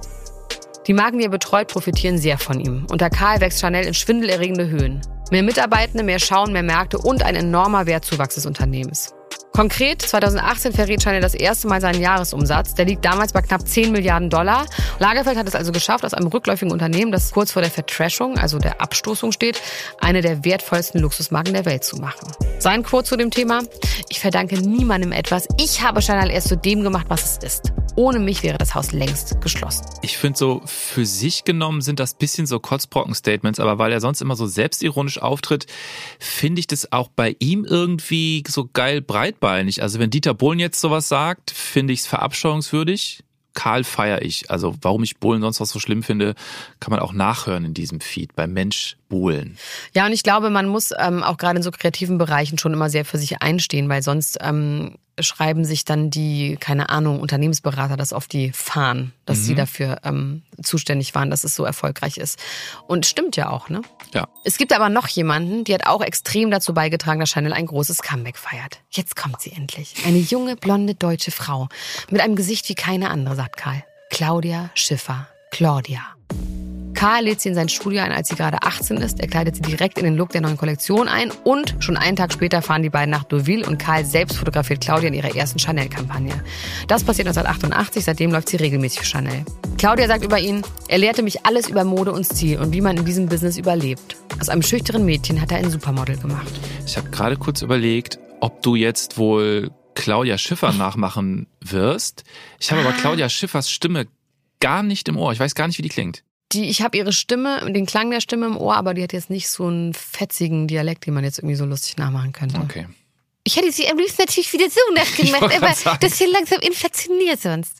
Die Marken, die er betreut, profitieren sehr von ihm. Unter Karl wächst Chanel in schwindelerregende Höhen. Mehr Mitarbeitende, mehr Schauen, mehr Märkte und ein enormer Wertzuwachs des Unternehmens. Konkret, 2018 verrät Chanel das erste Mal seinen Jahresumsatz. Der liegt damals bei knapp $10 Milliarden. Lagerfeld hat es also geschafft, aus einem rückläufigen Unternehmen, das kurz vor der Vertrashung, also der Abstoßung steht, eine der wertvollsten Luxusmarken der Welt zu machen. Sein Quote zu dem Thema: Ich verdanke niemandem etwas. Ich habe Chanel erst zu dem gemacht, was es ist. Ohne mich wäre das Haus längst geschlossen. Ich finde so, für sich genommen sind das bisschen so Kotzbrocken-Statements, aber weil er sonst immer so selbstironisch auftritt, finde ich das auch bei ihm irgendwie so geil breitbeinig. Also wenn Dieter Bohlen jetzt sowas sagt, finde ich es verabscheuungswürdig. Karl feiere ich. Also warum ich Bohlen sonst was so schlimm finde, kann man auch nachhören in diesem Feed bei Mensch Bohlen. Ja, und ich glaube, man muss auch gerade in so kreativen Bereichen schon immer sehr für sich einstehen, weil sonst schreiben sich dann die, keine Ahnung, Unternehmensberater das auf die Fahnen, dass sie dafür zuständig waren, dass es so erfolgreich ist. Und stimmt ja auch, ne? Ja. Es gibt aber noch jemanden, die hat auch extrem dazu beigetragen, dass Chanel ein großes Comeback feiert. Jetzt kommt sie endlich. Eine junge, blonde deutsche Frau mit einem Gesicht wie keine andere, sagt Karl. Claudia Schiffer. Claudia. Karl lädt sie in sein Studio ein, als sie gerade 18 ist. Er kleidet sie direkt in den Look der neuen Kollektion ein und schon einen Tag später fahren die beiden nach Deauville und Karl selbst fotografiert Claudia in ihrer ersten Chanel-Kampagne. Das passiert 1988, seitdem läuft sie regelmäßig für Chanel. Claudia sagt über ihn: Er lehrte mich alles über Mode und Stil und wie man in diesem Business überlebt. Aus einem schüchternen Mädchen hat er ein Supermodel gemacht. Ich habe gerade kurz überlegt, ob du jetzt wohl Claudia Schiffer nachmachen wirst. Ich habe aber Claudia Schiffers Stimme gar nicht im Ohr. Ich weiß gar nicht, wie die klingt. Ich habe ihre Stimme, den Klang der Stimme im Ohr, aber die hat jetzt nicht so einen fetzigen Dialekt, den man jetzt irgendwie so lustig nachmachen könnte. Okay. Ich hätte sie am liebsten natürlich wieder so nachgemacht, aber das hier langsam inflationiert sonst.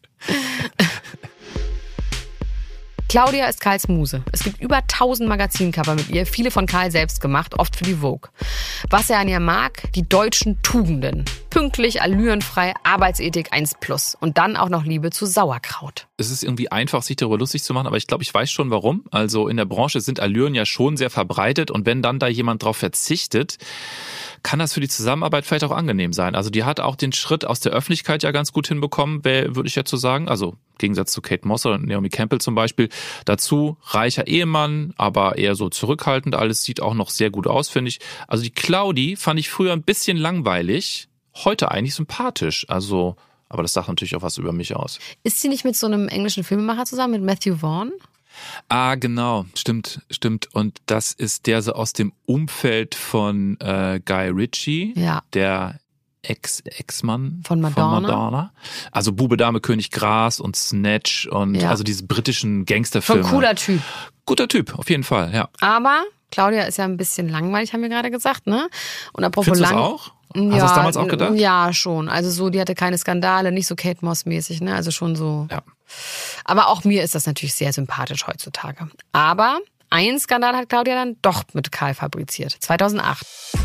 Claudia ist Karls Muse. Es gibt über 1000 Magazincover mit ihr, viele von Karl selbst gemacht, oft für die Vogue. Was er an ihr mag: die deutschen Tugenden. Pünktlich, allürenfrei, Arbeitsethik 1+. Und dann auch noch Liebe zu Sauerkraut. Es ist irgendwie einfach, sich darüber lustig zu machen, aber ich glaube, ich weiß schon warum. Also in der Branche sind Allüren ja schon sehr verbreitet und wenn dann da jemand drauf verzichtet, kann das für die Zusammenarbeit vielleicht auch angenehm sein. Also die hat auch den Schritt aus der Öffentlichkeit ja ganz gut hinbekommen, würde ich jetzt so sagen. Also im Gegensatz zu Kate Moss oder Naomi Campbell zum Beispiel. Dazu reicher Ehemann, aber eher so zurückhaltend. Alles sieht auch noch sehr gut aus, finde ich. Also die Claudi fand ich früher ein bisschen langweilig, heute eigentlich sympathisch. Also, aber das sagt natürlich auch was über mich aus. Ist sie nicht mit so einem englischen Filmemacher zusammen, mit Matthew Vaughn? Ah, genau, stimmt. Und das ist der so aus dem Umfeld von Guy Ritchie, der Ex-Mann von Madonna. Also Bube, Dame, König, Gras und Snatch und also diese britischen Gangsterfilme. Schon cooler Typ. Guter Typ, auf jeden Fall, ja. Aber Claudia ist ja ein bisschen langweilig, haben wir gerade gesagt, ne? Und apropos Findest du das auch? Hast du das damals auch gedacht? Ja, schon. Also so, die hatte keine Skandale, nicht so Kate Moss-mäßig, ne? Also schon so. Ja. Aber auch mir ist das natürlich sehr sympathisch heutzutage. Aber einen Skandal hat Claudia dann doch mit Karl fabriziert. 2008.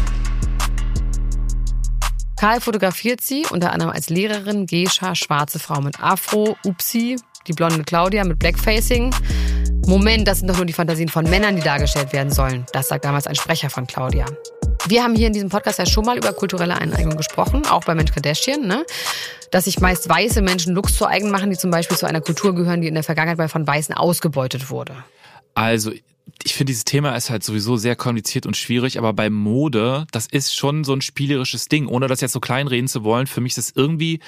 Karl fotografiert sie, unter anderem als Lehrerin, Geisha, schwarze Frau mit Afro, Upsi, die blonde Claudia mit Blackfacing. Moment, das sind doch nur die Fantasien von Männern, die dargestellt werden sollen. Das sagt damals ein Sprecher von Claudia. Wir haben hier in diesem Podcast ja schon mal über kulturelle Eineignung gesprochen, auch bei Mensch Kardashian, ne? Dass sich meist weiße Menschen Looks zu eigen machen, die zum Beispiel zu einer Kultur gehören, die in der Vergangenheit von Weißen ausgebeutet wurde. Also, ich finde, dieses Thema ist halt sowieso sehr kompliziert und schwierig, aber bei Mode, das ist schon so ein spielerisches Ding, ohne das jetzt so kleinreden zu wollen. Für mich ist es irgendwie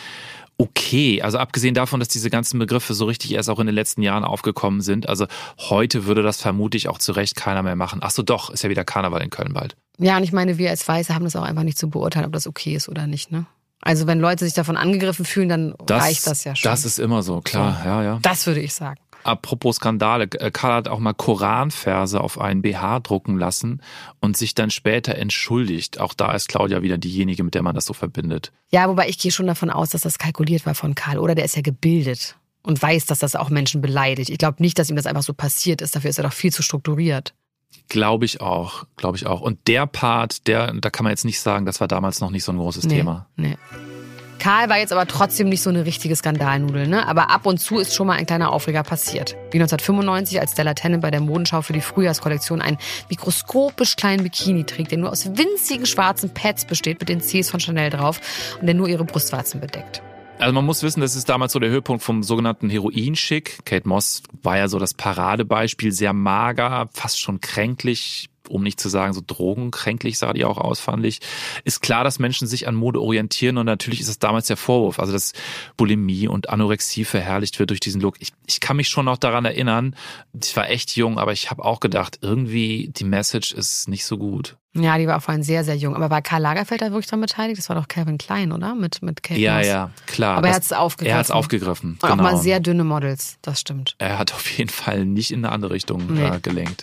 okay. Also abgesehen davon, dass diese ganzen Begriffe so richtig erst auch in den letzten Jahren aufgekommen sind. Also heute würde das vermutlich auch zu Recht keiner mehr machen. Ach so, doch, ist ja wieder Karneval in Köln bald. Ja, und ich meine, wir als Weiße haben das auch einfach nicht zu beurteilen, ob das okay ist oder nicht, ne? Also wenn Leute sich davon angegriffen fühlen, dann reicht das ja schon. Das ist immer so, klar, so. Ja. Das würde ich sagen. Apropos Skandale, Karl hat auch mal Koranverse auf einen BH drucken lassen und sich dann später entschuldigt. Auch da ist Claudia wieder diejenige, mit der man das so verbindet. Ja, wobei ich gehe schon davon aus, dass das kalkuliert war von Karl. Oder der ist ja gebildet und weiß, dass das auch Menschen beleidigt. Ich glaube nicht, dass ihm das einfach so passiert ist. Dafür ist er doch viel zu strukturiert. Glaube ich auch. Und der Part, da kann man jetzt nicht sagen, das war damals noch nicht so ein großes Thema. Nee. Karl war jetzt aber trotzdem nicht so eine richtige Skandalnudel, ne? Aber ab und zu ist schon mal ein kleiner Aufreger passiert. Wie 1995, als Stella Tennant bei der Modenschau für die Frühjahrskollektion einen mikroskopisch kleinen Bikini trägt, der nur aus winzigen schwarzen Pads besteht mit den Cs von Chanel drauf und der nur ihre Brustwarzen bedeckt. Also man muss wissen, das ist damals so der Höhepunkt vom sogenannten Heroin-Schick. Kate Moss war ja so das Paradebeispiel, sehr mager, fast schon kränklich, um nicht zu sagen so drogenkränklich sah die auch aus, fand ich. Ist klar, dass Menschen sich an Mode orientieren und natürlich ist es damals der Vorwurf, also dass Bulimie und Anorexie verherrlicht wird durch diesen Look. Ich kann mich schon noch daran erinnern, ich war echt jung, aber ich habe auch gedacht, irgendwie die Message ist nicht so gut. Ja, die war auch vorhin sehr, sehr jung. Aber war Karl Lagerfeld da wirklich dran beteiligt? Das war doch Calvin Klein, oder? Mit Kate Moss. Ja, klar. Aber er hat es aufgegriffen. Er hat es aufgegriffen, und genau. Auch mal sehr dünne Models, das stimmt. Er hat auf jeden Fall nicht in eine andere Richtung gelenkt.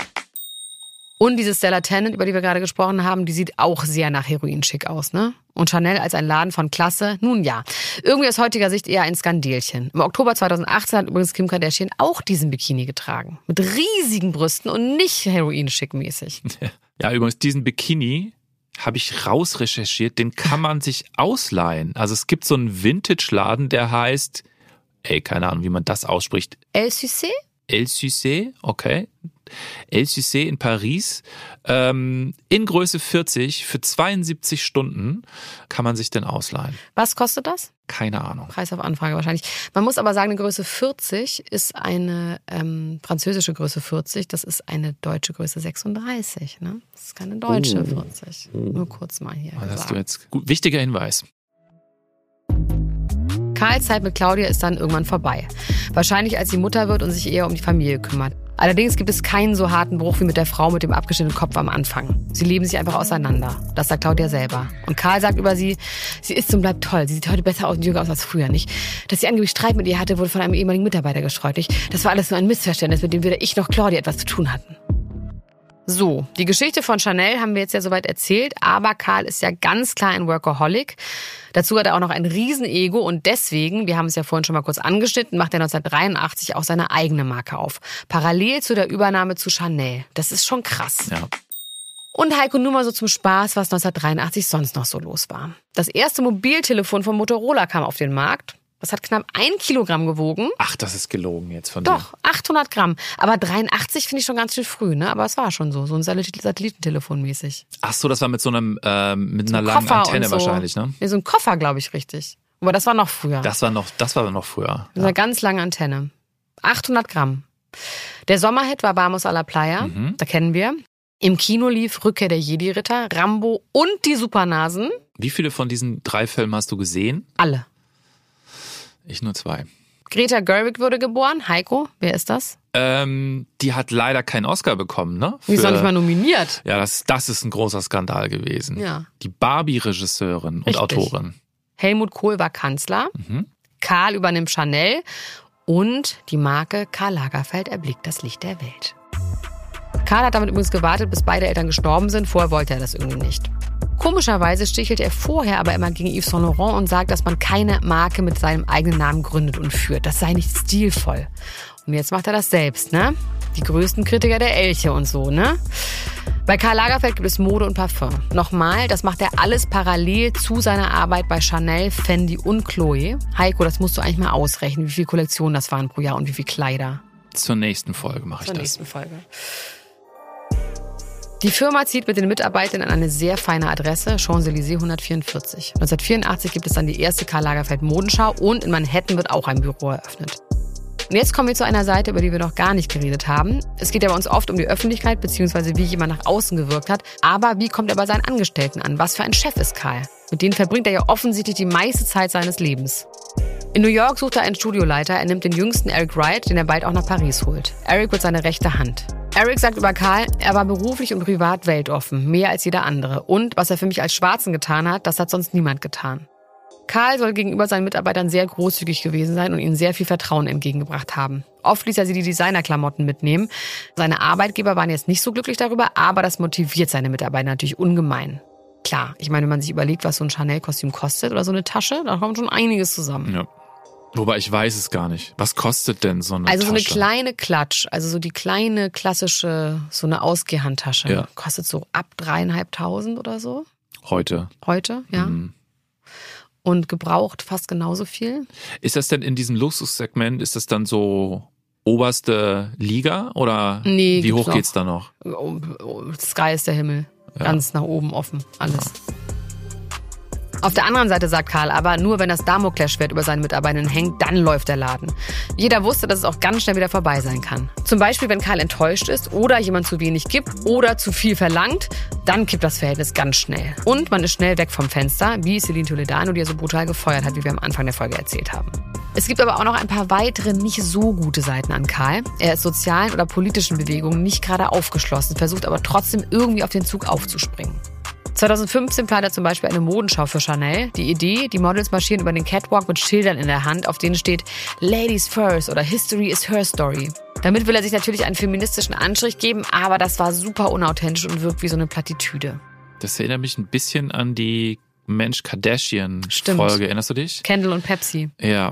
Und diese Stella Tennant, über die wir gerade gesprochen haben, die sieht auch sehr nach Heroin-Schick aus, ne? Und Chanel als ein Laden von Klasse, nun ja. Irgendwie aus heutiger Sicht eher ein Skandelchen. Im Oktober 2018 hat übrigens Kim Kardashian auch diesen Bikini getragen. Mit riesigen Brüsten und nicht Heroin-Schick-mäßig. Ja, übrigens diesen Bikini habe ich rausrecherchiert, den kann man sich ausleihen. Also es gibt so einen Vintage-Laden, der heißt, keine Ahnung, wie man das ausspricht. El Sucé? El Sucé, okay. El Sucé in Paris, in Größe 40 für 72 Stunden kann man sich denn ausleihen. Was kostet das? Keine Ahnung. Preis auf Anfrage wahrscheinlich. Man muss aber sagen, eine Größe 40 ist eine französische Größe 40, das ist eine deutsche Größe 36. Ne? Das ist keine deutsche 40. Nur kurz mal hier gesagt. Hast du jetzt gut, wichtiger Hinweis. Karls Zeit mit Claudia ist dann irgendwann vorbei. Wahrscheinlich als sie Mutter wird und sich eher um die Familie kümmert. Allerdings gibt es keinen so harten Bruch wie mit der Frau mit dem abgeschnittenen Kopf am Anfang. Sie leben sich einfach auseinander. Das sagt Claudia selber. Und Karl sagt über sie isst und bleibt toll. Sie sieht heute besser aus und jünger aus als früher, nicht? Dass sie angeblich Streit mit ihr hatte, wurde von einem ehemaligen Mitarbeiter gestreut, nicht? Das war alles nur ein Missverständnis, mit dem weder ich noch Claudia etwas zu tun hatten. So, die Geschichte von Chanel haben wir jetzt ja soweit erzählt, aber Karl ist ja ganz klar ein Workaholic. Dazu hat er auch noch ein Riesenego und deswegen, wir haben es ja vorhin schon mal kurz angeschnitten, macht er 1983 auch seine eigene Marke auf. Parallel zu der Übernahme zu Chanel. Das ist schon krass. Ja. Und Heiko, nur mal so zum Spaß, was 1983 sonst noch so los war. Das erste Mobiltelefon von Motorola kam auf den Markt. Das hat knapp 1 Kilogramm gewogen. Ach, das ist gelogen jetzt von dir. Doch, 800 Gramm. Aber 83 finde ich schon ganz schön früh, ne? Aber es war schon so ein Satellitentelefon mäßig. Ach so, das war mit so einem, mit so einer langen Koffer Antenne und so. wahrscheinlich, ne? Nee, so ein Koffer, glaube ich, richtig. Aber das war noch früher. Das war noch früher. So eine ganz lange Antenne. 800 Gramm. Der Sommerhit war Vamos a la Playa. Da kennen wir. Im Kino lief Rückkehr der Jedi-Ritter, Rambo und die Supernasen. Wie viele von diesen 3 Filmen hast du gesehen? Alle. Ich nur 2. Greta Gerwig wurde geboren. Heiko, wer ist das? Die hat leider keinen Oscar bekommen, ne? Die ist noch nicht mal nominiert. Ja, das ist ein großer Skandal gewesen. Ja. Die Barbie-Regisseurin und Richtig. Autorin. Helmut Kohl war Kanzler. Karl übernimmt Chanel. Und die Marke Karl Lagerfeld erblickt das Licht der Welt. Karl hat damit übrigens gewartet, bis beide Eltern gestorben sind. Vorher wollte er das irgendwie nicht. Komischerweise stichelt er vorher aber immer gegen Yves Saint Laurent und sagt, dass man keine Marke mit seinem eigenen Namen gründet und führt. Das sei nicht stilvoll. Und jetzt macht er das selbst, ne? Die größten Kritiker der Elche und so, ne? Bei Karl Lagerfeld gibt es Mode und Parfum. Nochmal, das macht er alles parallel zu seiner Arbeit bei Chanel, Fendi und Chloé. Heiko, das musst du eigentlich mal ausrechnen, wie viele Kollektionen das waren pro Jahr und wie viele Kleider. Zur nächsten Folge mache ich das. Zur nächsten Folge. Die Firma zieht mit den Mitarbeitern an eine sehr feine Adresse, Champs-Élysées 144. 1984 gibt es dann die erste Karl Lagerfeld Modenschau und in Manhattan wird auch ein Büro eröffnet. Und jetzt kommen wir zu einer Seite, über die wir noch gar nicht geredet haben. Es geht ja bei uns oft um die Öffentlichkeit, beziehungsweise wie jemand nach außen gewirkt hat. Aber wie kommt er bei seinen Angestellten an? Was für ein Chef ist Karl? Mit denen verbringt er ja offensichtlich die meiste Zeit seines Lebens. In New York sucht er einen Studioleiter. Er nimmt den jüngsten Eric Wright, den er bald auch nach Paris holt. Eric wird seine rechte Hand. Eric sagt über Karl, er war beruflich und privat weltoffen, mehr als jeder andere. Und was er für mich als Schwarzen getan hat, das hat sonst niemand getan. Karl soll gegenüber seinen Mitarbeitern sehr großzügig gewesen sein und ihnen sehr viel Vertrauen entgegengebracht haben. Oft ließ er sie die Designerklamotten mitnehmen. Seine Arbeitgeber waren jetzt nicht so glücklich darüber, aber das motiviert seine Mitarbeiter natürlich ungemein. Klar, ich meine, wenn man sich überlegt, was so ein Chanel-Kostüm kostet oder so eine Tasche, da kommt schon einiges zusammen. Ja. Wobei ich weiß es gar nicht. Was kostet denn so eine Tasche? Also so eine kleine Klatsch, also so die kleine klassische, so eine Ausgehhandtasche, ja. Kostet so ab 3.500 oder so. Heute, ja. Und gebraucht fast genauso viel. Ist das denn in diesem Luxussegment, ist das dann so oberste Liga oder Nee, wie hoch noch. geht's da noch? Sky ist der Himmel. Ja. Ganz nach oben offen, alles. Auf der anderen Seite sagt Karl aber, nur wenn das Damoklesschwert über seinen Mitarbeitern hängt, dann läuft der Laden. Jeder wusste, dass es auch ganz schnell wieder vorbei sein kann. Zum Beispiel, wenn Karl enttäuscht ist oder jemand zu wenig gibt oder zu viel verlangt, dann kippt das Verhältnis ganz schnell. Und man ist schnell weg vom Fenster, wie Celine Toledano, die er so brutal gefeuert hat, wie wir am Anfang der Folge erzählt haben. Es gibt aber auch noch ein paar weitere nicht so gute Seiten an Karl. Er ist sozialen oder politischen Bewegungen nicht gerade aufgeschlossen, versucht aber trotzdem irgendwie auf den Zug aufzuspringen. 2015 plant er zum Beispiel eine Modenschau für Chanel. Die Idee, die Models marschieren über den Catwalk mit Schildern in der Hand, auf denen steht Ladies First oder History is her story. Damit will er sich natürlich einen feministischen Anstrich geben, aber das war super unauthentisch und wirkt wie so eine Plattitüde. Das erinnert mich ein bisschen an die Mensch-Kardashian-Folge. Erinnerst du dich? Kendall und Pepsi. Ja,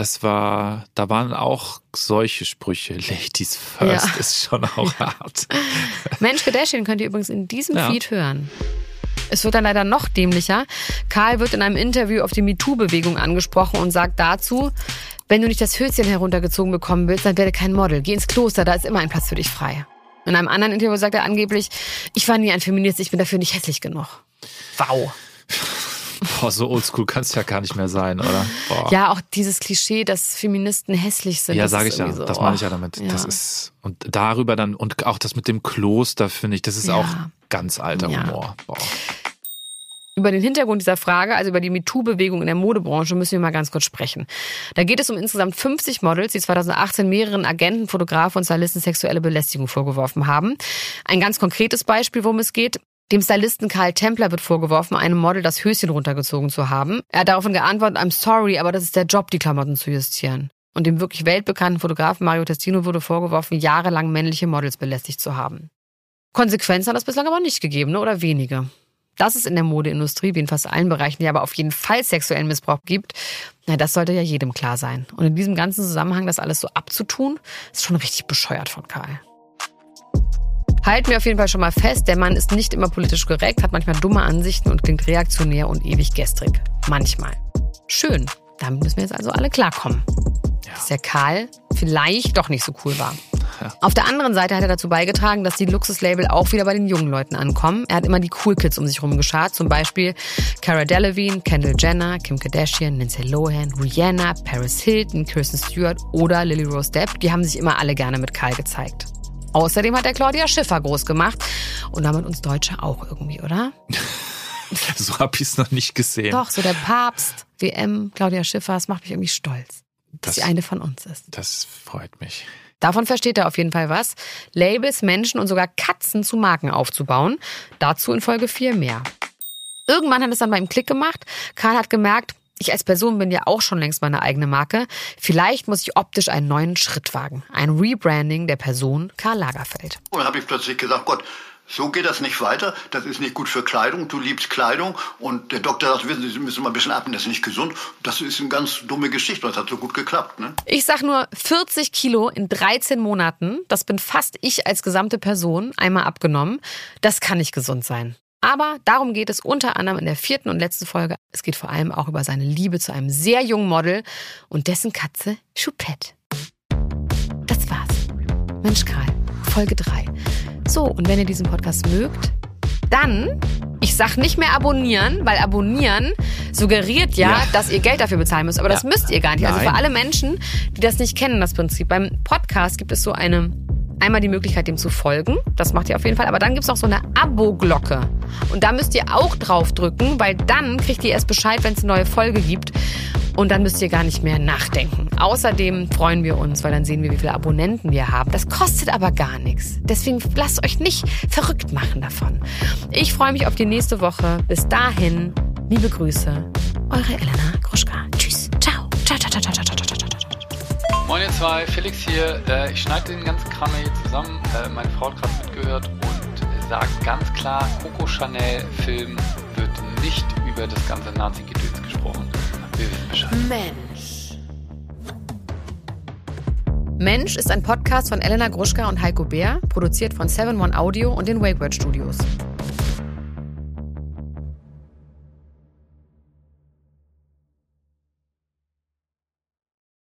da waren auch solche Sprüche. Ladies First ist schon auch hart. Mensch Kardashian könnt ihr übrigens in diesem Feed hören. Es wird dann leider noch dämlicher. Karl wird in einem Interview auf die MeToo-Bewegung angesprochen und sagt dazu, wenn du nicht das Höschen heruntergezogen bekommen willst, dann werde kein Model. Geh ins Kloster, da ist immer ein Platz für dich frei. In einem anderen Interview sagt er angeblich, ich war nie ein Feminist, ich bin dafür nicht hässlich genug. Wow. Boah, so oldschool kann es ja gar nicht mehr sein, oder? Boah. Ja, auch dieses Klischee, dass Feministen hässlich sind. Ja, sage ich ja. So, das meine ich ja damit. Ja. Das ist, und darüber dann, und auch das mit dem Kloster, finde ich, das ist auch ganz alter Humor. Boah. Über den Hintergrund dieser Frage, also über die MeToo-Bewegung in der Modebranche, müssen wir mal ganz kurz sprechen. Da geht es um insgesamt 50 Models, die 2018 mehreren Agenten, Fotografen und Stylisten sexuelle Belästigung vorgeworfen haben. Ein ganz konkretes Beispiel, worum es geht. Dem Stylisten Karl Templer wird vorgeworfen, einem Model das Höschen runtergezogen zu haben. Er hat daraufhin geantwortet, I'm sorry, aber das ist der Job, die Klamotten zu justieren. Und dem wirklich weltbekannten Fotografen Mario Testino wurde vorgeworfen, jahrelang männliche Models belästigt zu haben. Konsequenzen hat es bislang aber nicht gegeben, ne? Oder wenige. Dass es in der Modeindustrie, wie in fast allen Bereichen, ja aber auf jeden Fall sexuellen Missbrauch gibt, na, das sollte ja jedem klar sein. Und in diesem ganzen Zusammenhang das alles so abzutun, ist schon richtig bescheuert von Karl. Halten wir auf jeden Fall schon mal fest, der Mann ist nicht immer politisch korrekt, hat manchmal dumme Ansichten und klingt reaktionär und ewig gestrig. Manchmal. Schön, Damit müssen wir jetzt also alle klarkommen. Dass der Karl vielleicht doch nicht so cool war. Ja. Auf der anderen Seite hat er dazu beigetragen, dass die Luxuslabel auch wieder bei den jungen Leuten ankommen. Er hat immer die Cool Kids um sich rum geschart. Zum Beispiel Cara Delevingne, Kendall Jenner, Kim Kardashian, Lindsay Lohan, Rihanna, Paris Hilton, Kirsten Stewart oder Lily Rose Depp. Die haben sich immer alle gerne mit Karl gezeigt. Außerdem hat er Claudia Schiffer groß gemacht. Und damit uns Deutsche auch irgendwie, oder? So hab ich es noch nicht gesehen. Doch, so der Papst, WM, Claudia Schiffer, das macht mich irgendwie stolz, dass sie eine von uns ist. Das freut mich. Davon versteht er auf jeden Fall was. Labels, Menschen und sogar Katzen zu Marken aufzubauen. Dazu in Folge 4 mehr. Irgendwann hat es dann bei ihm Klick gemacht. Karl hat gemerkt, ich als Person bin ja auch schon längst meine eigene Marke. Vielleicht muss ich optisch einen neuen Schritt wagen. Ein Rebranding der Person Karl Lagerfeld. Und dann habe ich plötzlich gesagt, Gott, so geht das nicht weiter, das ist nicht gut für Kleidung, du liebst Kleidung und der Doktor sagt, wissen Sie, Sie müssen mal ein bisschen abnehmen, das ist nicht gesund. Das ist eine ganz dumme Geschichte, das hat so gut geklappt. Ne? Ich sag nur 40 Kilo in 13 Monaten, das bin fast ich als gesamte Person, einmal abgenommen. Das kann nicht gesund sein. Aber darum geht es unter anderem in der 4. und letzten Folge. Es geht vor allem auch über seine Liebe zu einem sehr jungen Model und dessen Katze Choupette. Das war's. Mensch Karl, Folge 3. So, und wenn ihr diesen Podcast mögt, dann, ich sag nicht mehr abonnieren, weil abonnieren suggeriert ja, dass ihr Geld dafür bezahlen müsst. Aber das müsst ihr gar nicht. Also für alle Menschen, die das nicht kennen, das Prinzip. Beim Podcast gibt es so einmal die Möglichkeit, dem zu folgen. Das macht ihr auf jeden Fall. Aber dann gibt es auch so eine Abo-Glocke. Und da müsst ihr auch drauf drücken, weil dann kriegt ihr erst Bescheid, wenn es eine neue Folge gibt. Und dann müsst ihr gar nicht mehr nachdenken. Außerdem freuen wir uns, weil dann sehen wir, wie viele Abonnenten wir haben. Das kostet aber gar nichts. Deswegen lasst euch nicht verrückt machen davon. Ich freue mich auf die nächste Woche. Bis dahin, liebe Grüße, eure Elena Gruschka. Tschüss. Ciao. Ciao, ciao, ciao, ciao, ciao, ciao, ciao. Moin ihr zwei, Felix hier. Ich schneide den ganzen Kram hier zusammen. Meine Frau hat gerade mitgehört und sagt ganz klar, Coco Chanel Film wird nicht über das ganze Nazi-Gedöns gesprochen. Wir wissen Bescheid. Mensch ist ein Podcast von Elena Gruschka und Heiko Bär, produziert von 7-One Audio und den Wakeword Studios.